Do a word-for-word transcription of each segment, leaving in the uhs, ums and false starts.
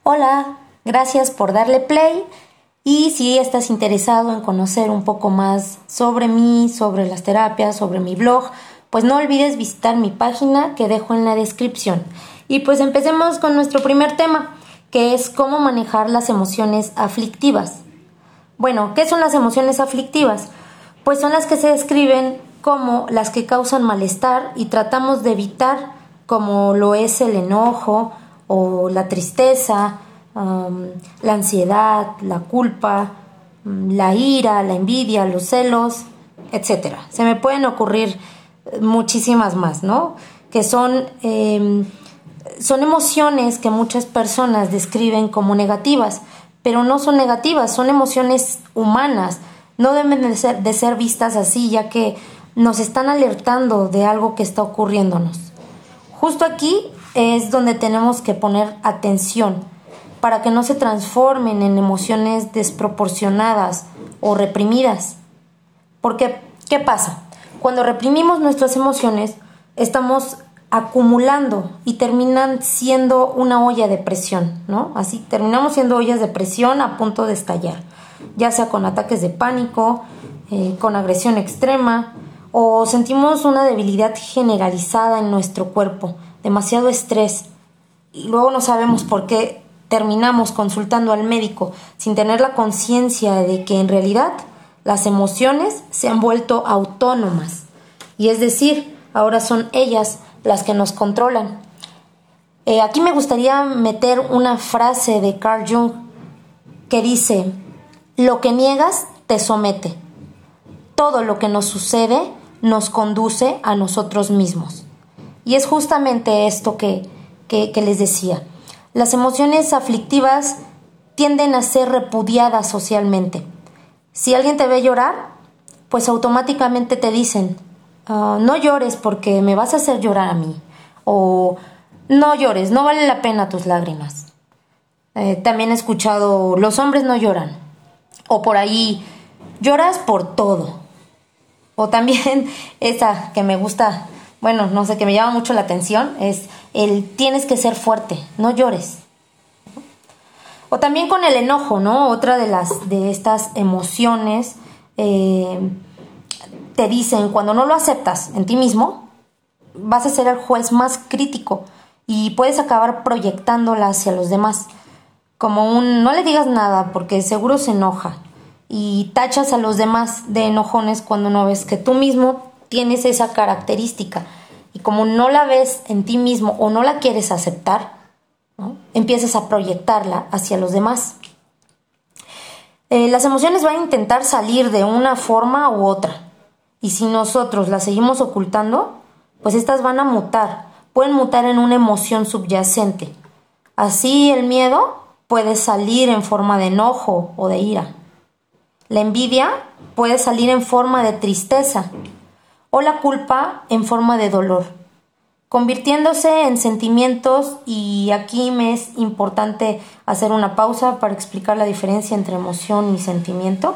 Hola, gracias por darle play y si estás interesado en conocer un poco más sobre mí, sobre las terapias, sobre mi blog, pues no olvides visitar mi página que dejo en la descripción. Y pues empecemos con nuestro primer tema, que es cómo manejar las emociones aflictivas. Bueno, ¿qué son las emociones aflictivas? Pues son las que se describen como las que causan malestar y tratamos de evitar, como lo es el enojo o la tristeza, um, la ansiedad, la culpa, um, la ira, la envidia, los celos, etcétera. Se me pueden ocurrir muchísimas más, ¿no? Que son, eh, son emociones que muchas personas describen como negativas, pero no son negativas, son emociones humanas. No deben de ser, de ser vistas así, ya que nos están alertando de algo que está ocurriéndonos. Justo aquí es donde tenemos que poner atención para que no se transformen en emociones desproporcionadas o reprimidas. Porque, ¿qué pasa? Cuando reprimimos nuestras emociones, estamos acumulando y terminan siendo una olla de presión, ¿no? Así terminamos siendo ollas de presión a punto de estallar, ya sea con ataques de pánico, eh, con agresión extrema, o sentimos una debilidad generalizada en nuestro cuerpo, demasiado estrés, y luego no sabemos por qué terminamos consultando al médico sin tener la conciencia de que en realidad las emociones se han vuelto autónomas, y es decir, ahora son ellas las que nos controlan. Eh, aquí me gustaría meter una frase de Carl Jung que dice: lo que niegas te somete. Todo lo que nos sucede nos conduce a nosotros mismos. Y es justamente esto que, que, que les decía. Las emociones aflictivas tienden a ser repudiadas socialmente. Si alguien te ve llorar, pues automáticamente te dicen: uh, no llores porque me vas a hacer llorar a mí. O no llores, no vale la pena tus lágrimas. Eh, también he escuchado: los hombres no lloran. O por ahí: lloras por todo. O también esa que me gusta, bueno, no sé, que me llama mucho la atención, es el tienes que ser fuerte, no llores. O también con el enojo, ¿no? Otra de las de estas emociones, eh, te dicen: cuando no lo aceptas en ti mismo, vas a ser el juez más crítico y puedes acabar proyectándola hacia los demás. Como un no le digas nada porque seguro se enoja. Y tachas a los demás de enojones cuando no ves que tú mismo tienes esa característica. Y como no la ves en ti mismo o no la quieres aceptar, ¿no?, empiezas a proyectarla hacia los demás. Eh, las emociones van a intentar salir de una forma u otra. Y si nosotros las seguimos ocultando, pues estas van a mutar. Pueden mutar en una emoción subyacente. Así el miedo puede salir en forma de enojo o de ira. La envidia puede salir en forma de tristeza o la culpa en forma de dolor, convirtiéndose en sentimientos. Y aquí me es importante hacer una pausa para explicar la diferencia entre emoción y sentimiento,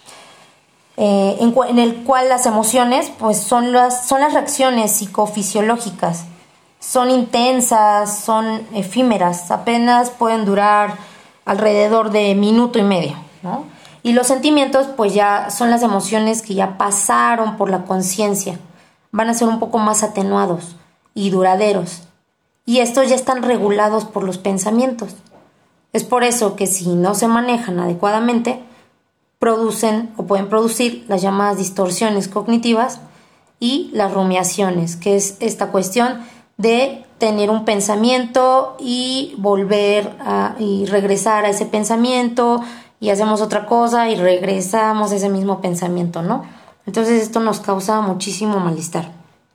eh, en, en el cual las emociones pues son las, son las reacciones psicofisiológicas. Son intensas, son efímeras, apenas pueden durar alrededor de minuto y medio, ¿no? Y los sentimientos pues ya son las emociones que ya pasaron por la conciencia. Van a ser un poco más atenuados y duraderos. Y estos ya están regulados por los pensamientos. Es por eso que si no se manejan adecuadamente, producen o pueden producir las llamadas distorsiones cognitivas y las rumiaciones, que es esta cuestión de tener un pensamiento y volver a, y regresar a ese pensamiento, y hacemos otra cosa y regresamos a ese mismo pensamiento, ¿no? Entonces esto nos causa muchísimo malestar.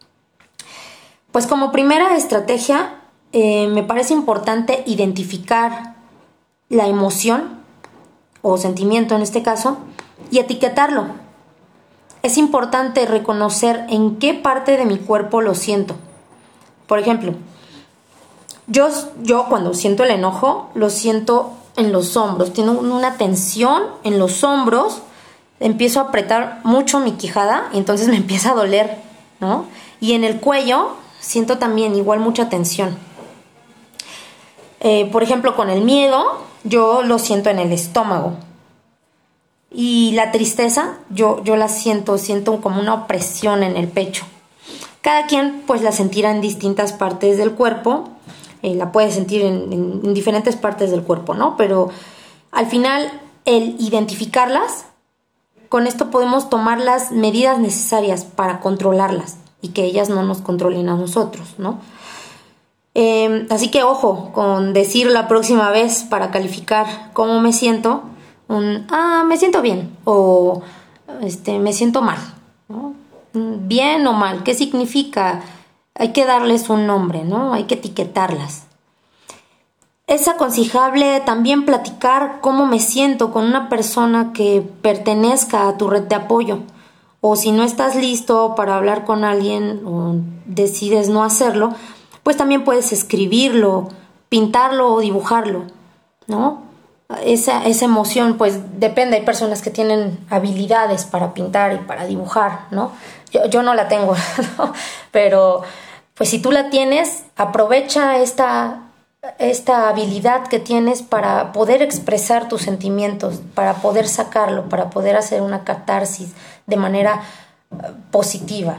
Pues como primera estrategia, eh, me parece importante identificar la emoción o sentimiento en este caso y etiquetarlo. Es importante reconocer en qué parte de mi cuerpo lo siento. Por ejemplo, yo, yo cuando siento el enojo lo siento en los hombros, tengo una tensión en los hombros, empiezo a apretar mucho mi quijada y entonces me empieza a doler, ¿no? Y en el cuello siento también igual mucha tensión. Eh, por ejemplo, con el miedo, yo lo siento en el estómago. Y la tristeza, yo, yo la siento, siento como una opresión en el pecho. Cada quien pues la sentirá en distintas partes del cuerpo, eh, la puede sentir en, en, en diferentes partes del cuerpo, ¿no? Pero al final, el identificarlas, con esto podemos tomar las medidas necesarias para controlarlas y que ellas no nos controlen a nosotros, ¿no? Eh, así que ojo con decir la próxima vez para calificar cómo me siento, un, ah, me siento bien o este, me siento mal, ¿no? Bien o mal, ¿qué significa? Hay que darles un nombre, ¿no? Hay que etiquetarlas. Es aconsejable también platicar cómo me siento con una persona que pertenezca a tu red de apoyo. O si no estás listo para hablar con alguien o decides no hacerlo, pues también puedes escribirlo, pintarlo o dibujarlo, ¿no? Esa, esa emoción, pues depende, hay personas que tienen habilidades para pintar y para dibujar, ¿no? Yo, yo no la tengo, ¿no? Pero pues si tú la tienes, aprovecha esta, esta habilidad que tienes para poder expresar tus sentimientos, para poder sacarlo, para poder hacer una catarsis de manera uh, positiva.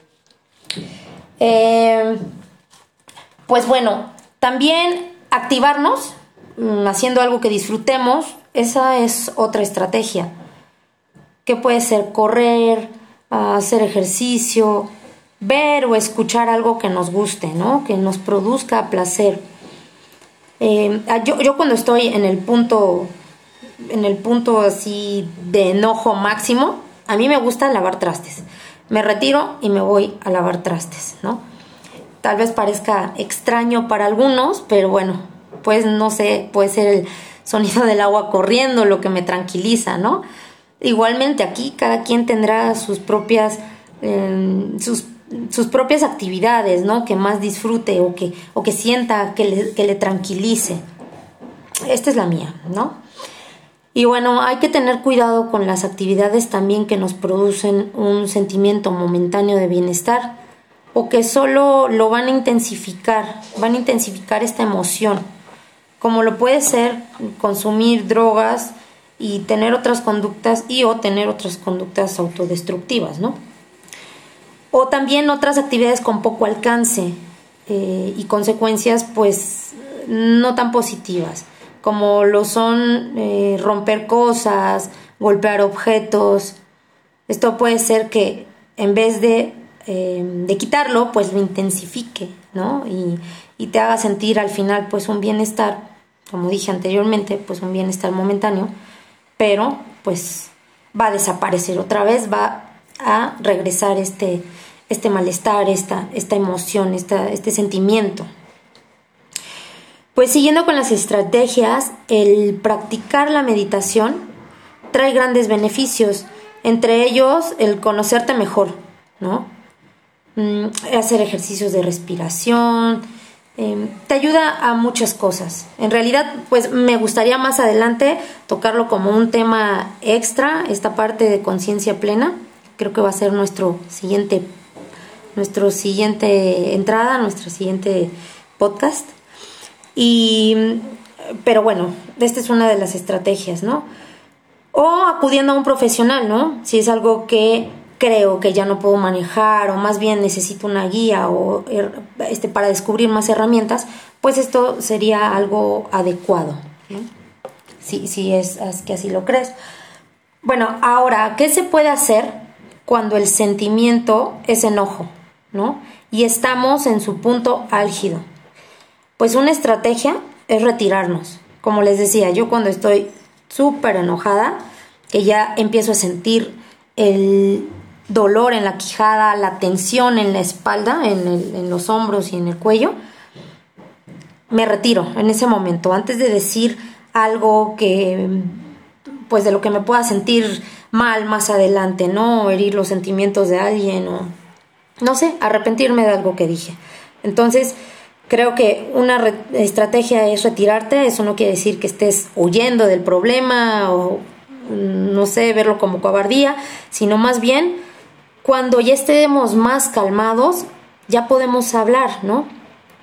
Eh, pues bueno, también activarnos haciendo algo que disfrutemos, esa es otra estrategia. Que puede ser correr, hacer ejercicio, ver o escuchar algo que nos guste, ¿no? Que nos produzca placer. Eh, yo, yo cuando estoy en el punto, en el punto así de enojo máximo, a mí me gusta lavar trastes. Me retiro y me voy a lavar trastes, ¿no? Tal vez parezca extraño para algunos, pero bueno, pues no sé, puede ser el sonido del agua corriendo lo que me tranquiliza, ¿no? Igualmente aquí cada quien tendrá sus propias eh, sus, sus propias actividades, ¿no? Que más disfrute o que, o que sienta que le, que le tranquilice. Esta es la mía, ¿no? Y bueno, hay que tener cuidado con las actividades también que nos producen un sentimiento momentáneo de bienestar o que solo lo van a intensificar, van a intensificar esta emoción, como lo puede ser consumir drogas y tener otras conductas y o tener otras conductas autodestructivas, ¿no? O también otras actividades con poco alcance eh, y consecuencias pues no tan positivas, como lo son eh, romper cosas, golpear objetos. Esto puede ser que en vez de, eh, de quitarlo, pues lo intensifique, ¿no? Y, y te haga sentir al final pues un bienestar, como dije anteriormente, pues un bienestar momentáneo, pero pues va a desaparecer otra vez, va a regresar este, este malestar, esta, esta emoción, esta, este sentimiento. Pues siguiendo con las estrategias, el practicar la meditación trae grandes beneficios, entre ellos el conocerte mejor, ¿no? Mm, hacer ejercicios de respiración, eh, te ayuda a muchas cosas. En realidad, pues me gustaría más adelante tocarlo como un tema extra, esta parte de conciencia plena. Creo que va a ser nuestro siguiente, nuestro siguiente entrada, nuestro siguiente podcast. Y, pero bueno, esta es una de las estrategias, ¿no? O acudiendo a un profesional, ¿no? Si es algo que creo que ya no puedo manejar o más bien necesito una guía o este, para descubrir más herramientas, pues esto sería algo adecuado, ¿no? Si, si es, es que así lo crees. Bueno, ahora, ¿qué se puede hacer cuando el sentimiento es enojo, ¿no? Y estamos en su punto álgido? Pues una estrategia es retirarnos. Como les decía, yo cuando estoy súper enojada, que ya empiezo a sentir el dolor en la quijada, la tensión en la espalda, en, el, en los hombros y en el cuello, me retiro en ese momento, antes de decir algo que, pues de lo que me pueda sentir mal más adelante, ¿no? O herir los sentimientos de alguien o, no sé, arrepentirme de algo que dije. Entonces, creo que una re- estrategia es retirarte. Eso no quiere decir que estés huyendo del problema o, no sé, verlo como cobardía, sino más bien cuando ya estemos más calmados, ya podemos hablar, ¿no?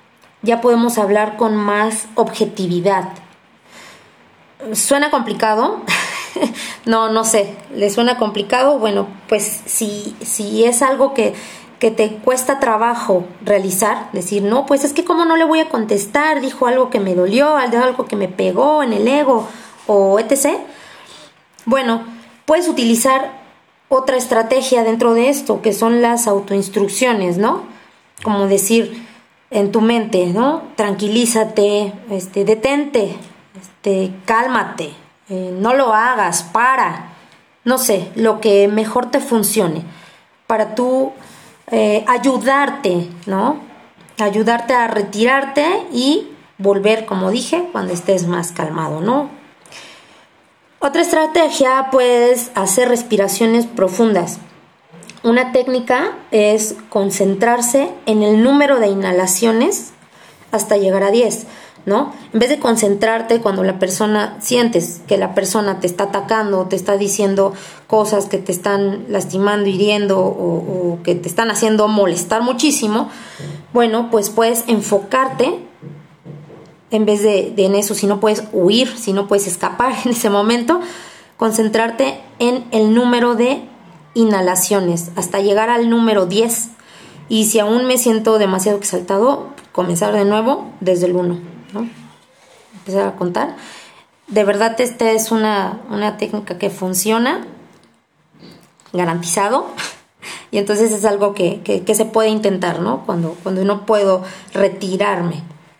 ya podemos hablar con más objetividad. ¿Suena complicado? no, no sé, ¿le suena complicado? Bueno, pues si, si es algo que, que te cuesta trabajo realizar, decir, no, pues es que cómo no le voy a contestar, dijo algo que me dolió, algo que me pegó en el ego, o etcétera. Bueno, puedes utilizar otra estrategia dentro de esto, que son las autoinstrucciones, ¿no? Como decir en tu mente, ¿no? Tranquilízate, este, detente, este, cálmate, eh, no lo hagas, para, no sé, lo que mejor te funcione, para tú eh, ayudarte, ¿no? Ayudarte a retirarte y volver, como dije, cuando estés más calmado, ¿no? Otra estrategia, puedes hacer respiraciones profundas. Una técnica es concentrarse en el número de inhalaciones hasta llegar a diez, ¿no? En vez de concentrarte cuando la persona, sientes que la persona te está atacando, te está diciendo cosas que te están lastimando, hiriendo o, o que te están haciendo molestar muchísimo, bueno, pues puedes enfocarte en vez de, de en eso, si no puedes huir, si no puedes escapar en ese momento, concentrarte en el número de inhalaciones hasta llegar al número diez. Y si aún me siento demasiado exaltado, comenzar de nuevo desde el uno, ¿no? Empezar a contar. De verdad, esta es una, una técnica que funciona, garantizado. Y entonces es algo que, que, que se puede intentar, ¿no? Cuando, cuando no puedo retirarme.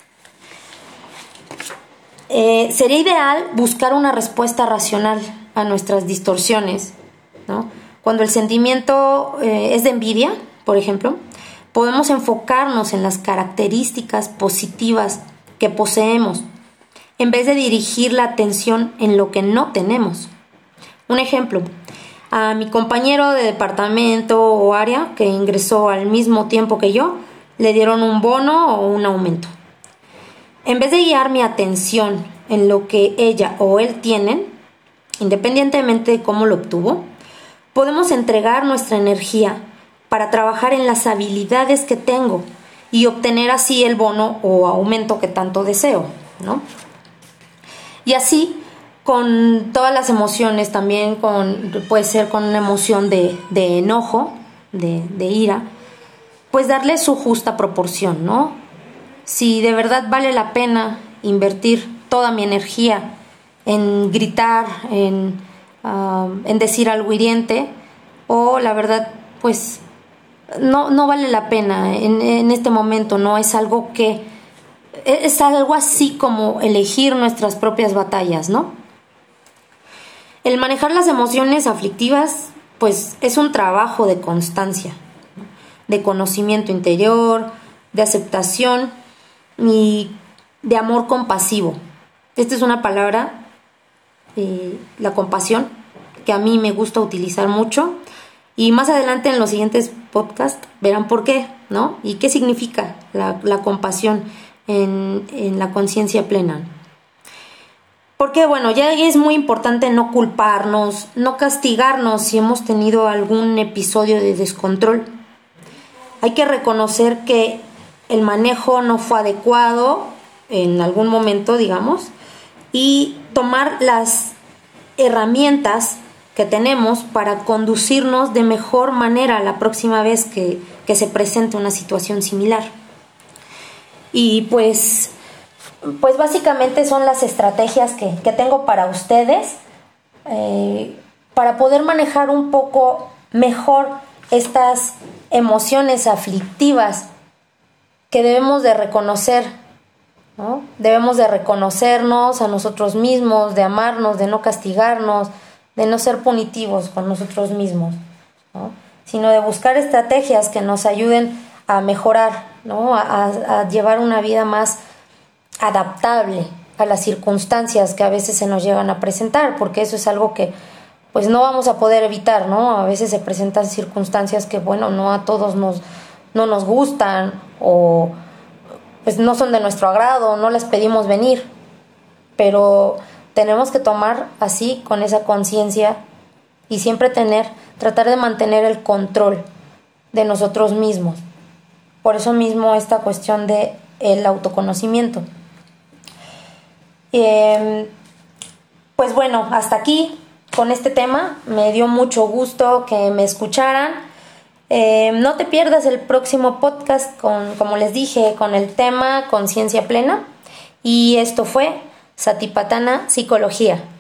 Eh, sería ideal buscar una respuesta racional a nuestras distorsiones, ¿no? Cuando el sentimiento eh, es de envidia, por ejemplo, podemos enfocarnos en las características positivas que poseemos, en vez de dirigir la atención en lo que no tenemos. Un ejemplo, a mi compañero de departamento o área que ingresó al mismo tiempo que yo, le dieron un bono o un aumento. En vez de guiar mi atención en lo que ella o él tienen, independientemente de cómo lo obtuvo, podemos entregar nuestra energía para trabajar en las habilidades que tengo y obtener así el bono o aumento que tanto deseo, ¿no? Y así con todas las emociones, también con, puede ser con una emoción de, de enojo, de, de ira, pues darle su justa proporción, ¿no? Si de verdad vale la pena invertir toda mi energía en gritar, en, uh, en decir algo hiriente, o la verdad, pues no, no vale la pena en, en este momento, no es algo que, es algo así como elegir nuestras propias batallas, ¿no? El manejar las emociones aflictivas, pues es un trabajo de constancia, ¿no? De conocimiento interior, de aceptación y de amor compasivo. Esta es una palabra, eh, la compasión, que a mí me gusta utilizar mucho, y más adelante en los siguientes podcasts verán por qué, ¿no? Y qué significa la, la compasión en, en la conciencia plena. Porque bueno, ya es muy importante no culparnos, no castigarnos si hemos tenido algún episodio de descontrol. Hay que reconocer que el manejo no fue adecuado en algún momento, digamos, y tomar las herramientas que tenemos para conducirnos de mejor manera la próxima vez que, que se presente una situación similar. Y pues, pues básicamente son las estrategias que, que tengo para ustedes, eh, para poder manejar un poco mejor estas emociones aflictivas que debemos de reconocer, ¿no? Debemos de reconocernos a nosotros mismos, de amarnos, de no castigarnos, de no ser punitivos con nosotros mismos, ¿no? Sino de buscar estrategias que nos ayuden a mejorar, ¿no? A, a llevar una vida más adaptable a las circunstancias que a veces se nos llegan a presentar, porque eso es algo que pues no vamos a poder evitar, ¿no? A veces se presentan circunstancias que, bueno, no a todos nos no nos gustan o pues no son de nuestro agrado, no las pedimos venir, pero tenemos que tomar así con esa conciencia y siempre tener, tratar de mantener el control de nosotros mismos. Por eso mismo esta cuestión de el autoconocimiento. Eh, pues bueno, hasta aquí con este tema. Me dio mucho gusto que me escucharan. Eh, no te pierdas el próximo podcast con, como les dije, con el tema Conciencia Plena. Y esto fue Satipatthana Psicología.